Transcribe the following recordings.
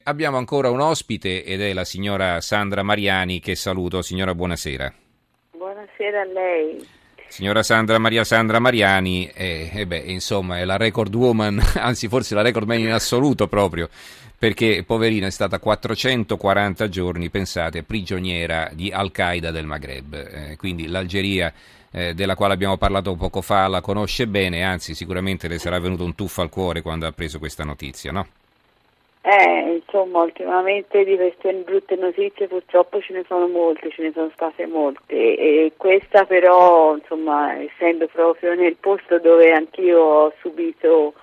Abbiamo ancora un ospite ed è la signora Sandra Mariani, che saluto. Signora, buonasera. Buonasera a lei. Signora Sandra Mariani, insomma, è la record woman, anzi forse la record man in assoluto proprio, perché poverina è stata 440 giorni, pensate, prigioniera di Al-Qaeda del Maghreb. Quindi l'Algeria, della quale abbiamo parlato poco fa, la conosce bene, anzi sicuramente le sarà venuto un tuffo al cuore quando ha preso questa notizia, no? Insomma, ultimamente di queste brutte notizie purtroppo ce ne sono state molte e questa però, insomma, essendo proprio nel posto dove anch'io ho subito,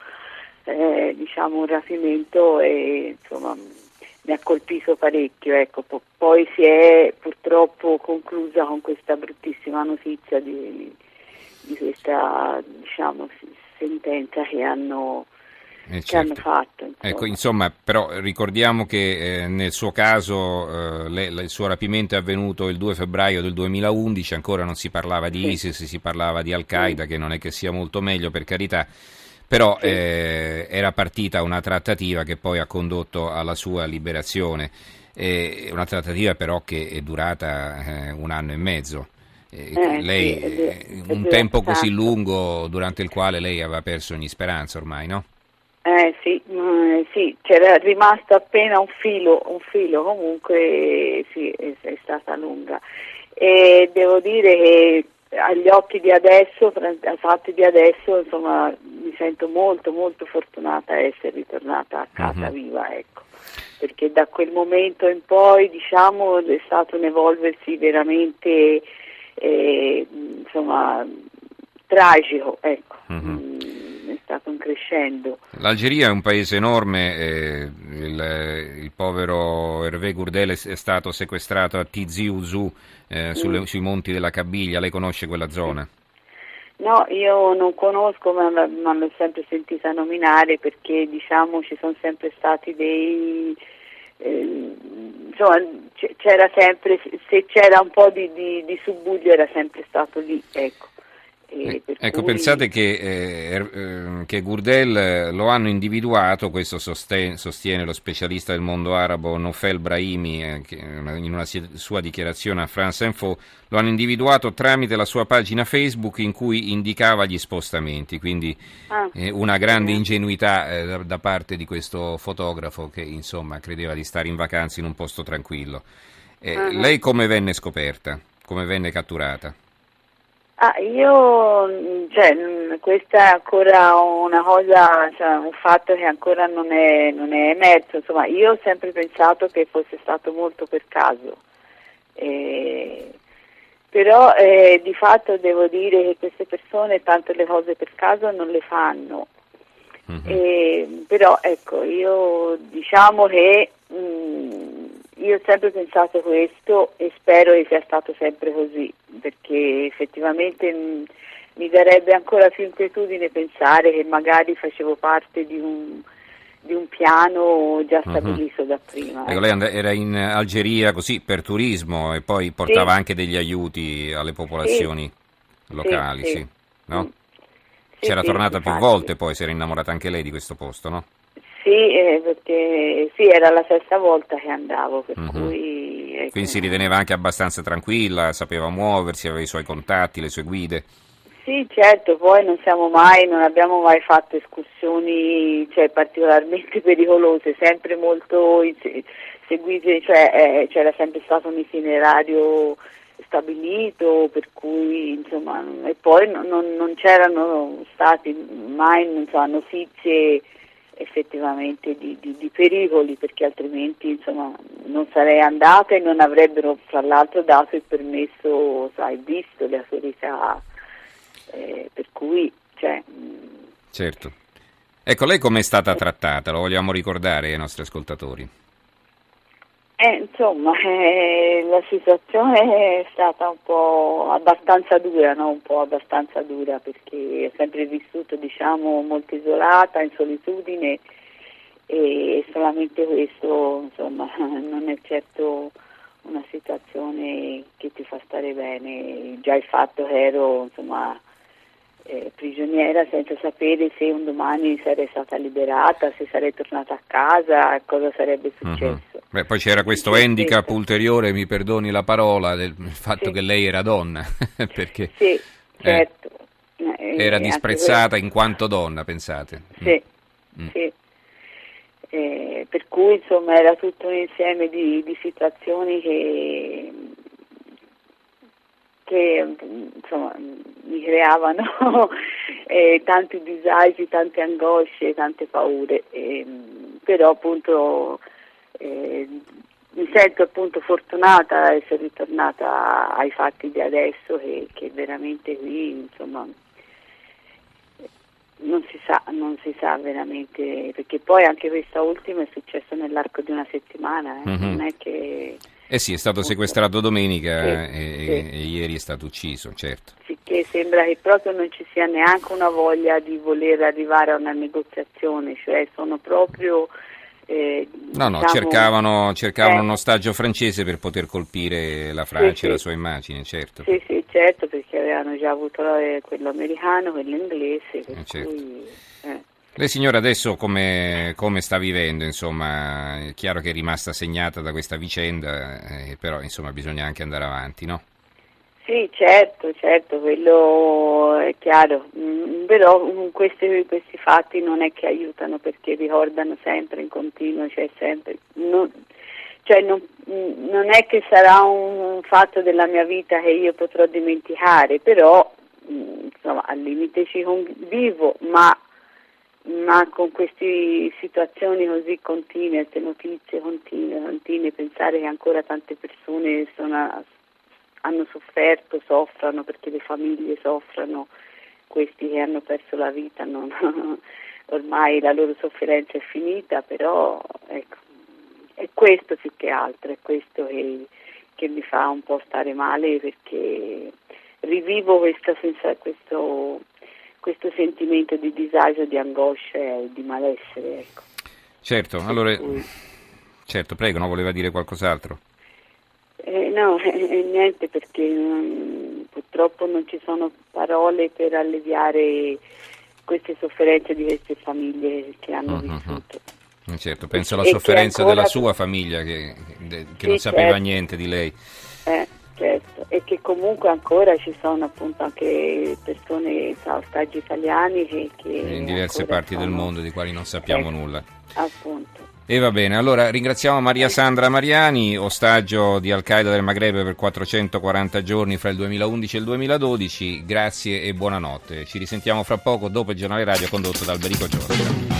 un rapimento e insomma mi ha colpito parecchio, ecco. Poi si è purtroppo conclusa con questa bruttissima notizia di questa, sentenza che hanno Certo. fatto, Ecco, insomma. insomma, però ricordiamo che nel suo caso il suo rapimento è avvenuto il 2 febbraio del 2011, ancora non si parlava di Sì, ISIS, si parlava di sì, Al-Qaeda, che non è che sia molto meglio, per carità, però sì. era partita una trattativa che poi ha condotto alla sua liberazione, una trattativa però che è durata un anno e mezzo. Sì, Lei, è un durata tempo così tanto. lungo durante il quale lei aveva perso ogni speranza ormai, no? Sì, sì, c'era rimasto appena un filo, comunque sì, è stata lunga. E devo dire che agli occhi di adesso, ai fatti di adesso, insomma, mi sento molto, molto fortunata a essere ritornata a casa Mhm. viva, ecco. Perché da quel momento in poi, diciamo, è stato un evolversi veramente, insomma, tragico, ecco. Mhm. È stato un crescendo. L'Algeria è un paese enorme, il povero Hervé Gourdel è stato sequestrato a Tizi Ouzou, Mm, sui monti della Cabilia. Lei conosce quella sì. zona? No, io non conosco, ma l'ho sempre sentita nominare perché diciamo ci sono sempre stati insomma c'era sempre, se c'era un po' di subbuglio era sempre stato lì, ecco. E per Ecco, pensate cui che Gurdel lo hanno individuato, questo sostiene lo specialista del mondo arabo Nofel Brahimi, che in una sua dichiarazione a France Info, lo hanno individuato tramite la sua pagina Facebook in cui indicava gli spostamenti, quindi ah, una grande speriamo. ingenuità da parte di questo fotografo che insomma credeva di stare in vacanza in un posto tranquillo. Ah, ah. Lei come venne scoperta? Come venne catturata? Io, questa è ancora una cosa, cioè un fatto che ancora non è emerso, insomma, io ho sempre pensato che fosse stato molto per caso, eh, però di fatto devo dire che queste persone tanto le cose per caso non le fanno. Mhm. Però ecco, io diciamo che io ho sempre pensato questo e spero che sia stato sempre così, perché effettivamente mi darebbe ancora più inquietudine pensare che magari facevo parte di un piano già Mhm. stabilito da prima, Ecco, lei ecco. era in Algeria così per turismo e poi portava Sì, anche degli aiuti alle sì, popolazioni sì, locali, sì, sì, mm, no? sì, C'era sì, tornata più infatti. volte, poi si era innamorata anche lei di questo posto, no? Sì, perché sì, era la sesta volta che andavo, per Mhm. cui Quindi ecco, si riteneva anche abbastanza tranquilla, sapeva muoversi, aveva i suoi contatti, le sue guide. sì, certo, poi non abbiamo mai fatto escursioni, cioè, particolarmente pericolose, sempre molto seguite, cioè c'era sempre stato un itinerario stabilito, per cui insomma, e poi non c'erano stati mai, non so, notizie effettivamente di pericoli, perché altrimenti insomma non sarei andata e non avrebbero fra l'altro dato il permesso, sai, visto le autorità, per cui cioè, Certo. Ecco, lei com'è stata trattata? Lo vogliamo ricordare ai nostri ascoltatori. insomma, la situazione è stata un po' abbastanza dura, no? Un po' abbastanza dura perché ho sempre vissuto, diciamo, molto isolata, in solitudine e solamente questo, insomma, non è certo una situazione che ti fa stare bene. Già il fatto che ero, insomma, prigioniera senza sapere se un domani sarei stata liberata, se sarei tornata a casa, cosa sarebbe successo. Beh, poi c'era questo handicap ulteriore, mi perdoni la parola, del fatto che lei era donna, perché sì, certo. Era disprezzata in quanto donna, pensate. Sì, sì. Per cui insomma era tutto un insieme di situazioni che insomma mi creavano tanti disagi, tante angosce, tante paure, però appunto mi sento appunto fortunata a essere ritornata ai fatti di adesso, che veramente qui insomma non si sa veramente, perché poi anche questa ultima è successa nell'arco di una settimana, non è che... sì, è stato sequestrato domenica e ieri è stato ucciso, certo. Sicché sembra che proprio non ci sia neanche una voglia di voler arrivare a una negoziazione, cioè sono proprio... diciamo, cercavano un ostaggio francese per poter colpire la Francia e la sua immagine, certo. Sì, certo, perché avevano già avuto quello americano, quello inglese, per certo. cui... Lei signora adesso come sta vivendo? Insomma, è chiaro che è rimasta segnata da questa vicenda, però insomma bisogna anche andare avanti, no? Sì, certo, quello è chiaro, però questi fatti non è che aiutano, perché ricordano sempre in continuo, cioè sempre, non è che sarà un fatto della mia vita che io potrò dimenticare, però insomma al limite ci convivo, ma con queste situazioni così continue, queste notizie continue, pensare che ancora tante persone hanno sofferto, soffrano, perché le famiglie soffrano, questi che hanno perso la vita, ormai la loro sofferenza è finita, però ecco, è questo più che altro, è questo che mi fa un po' stare male, perché rivivo questo sentimento di disagio, di angoscia e di malessere, ecco. Certo, allora, certo, prego, no, voleva dire qualcos'altro? No, niente, perché purtroppo non ci sono parole per alleviare queste sofferenze di queste famiglie che hanno vissuto. Certo, penso alla sofferenza della sua famiglia che non sapeva niente di lei. Certo, e che comunque ancora ci sono appunto anche persone, ostaggi italiani che in diverse parti del mondo di quali non sappiamo nulla. Appunto. E va bene, allora ringraziamo Maria Sandra Mariani, ostaggio di Al-Qaeda del Maghreb per 440 giorni fra il 2011 e il 2012, grazie e buonanotte. Ci risentiamo fra poco dopo il giornale radio condotto da Alberico Giorgio.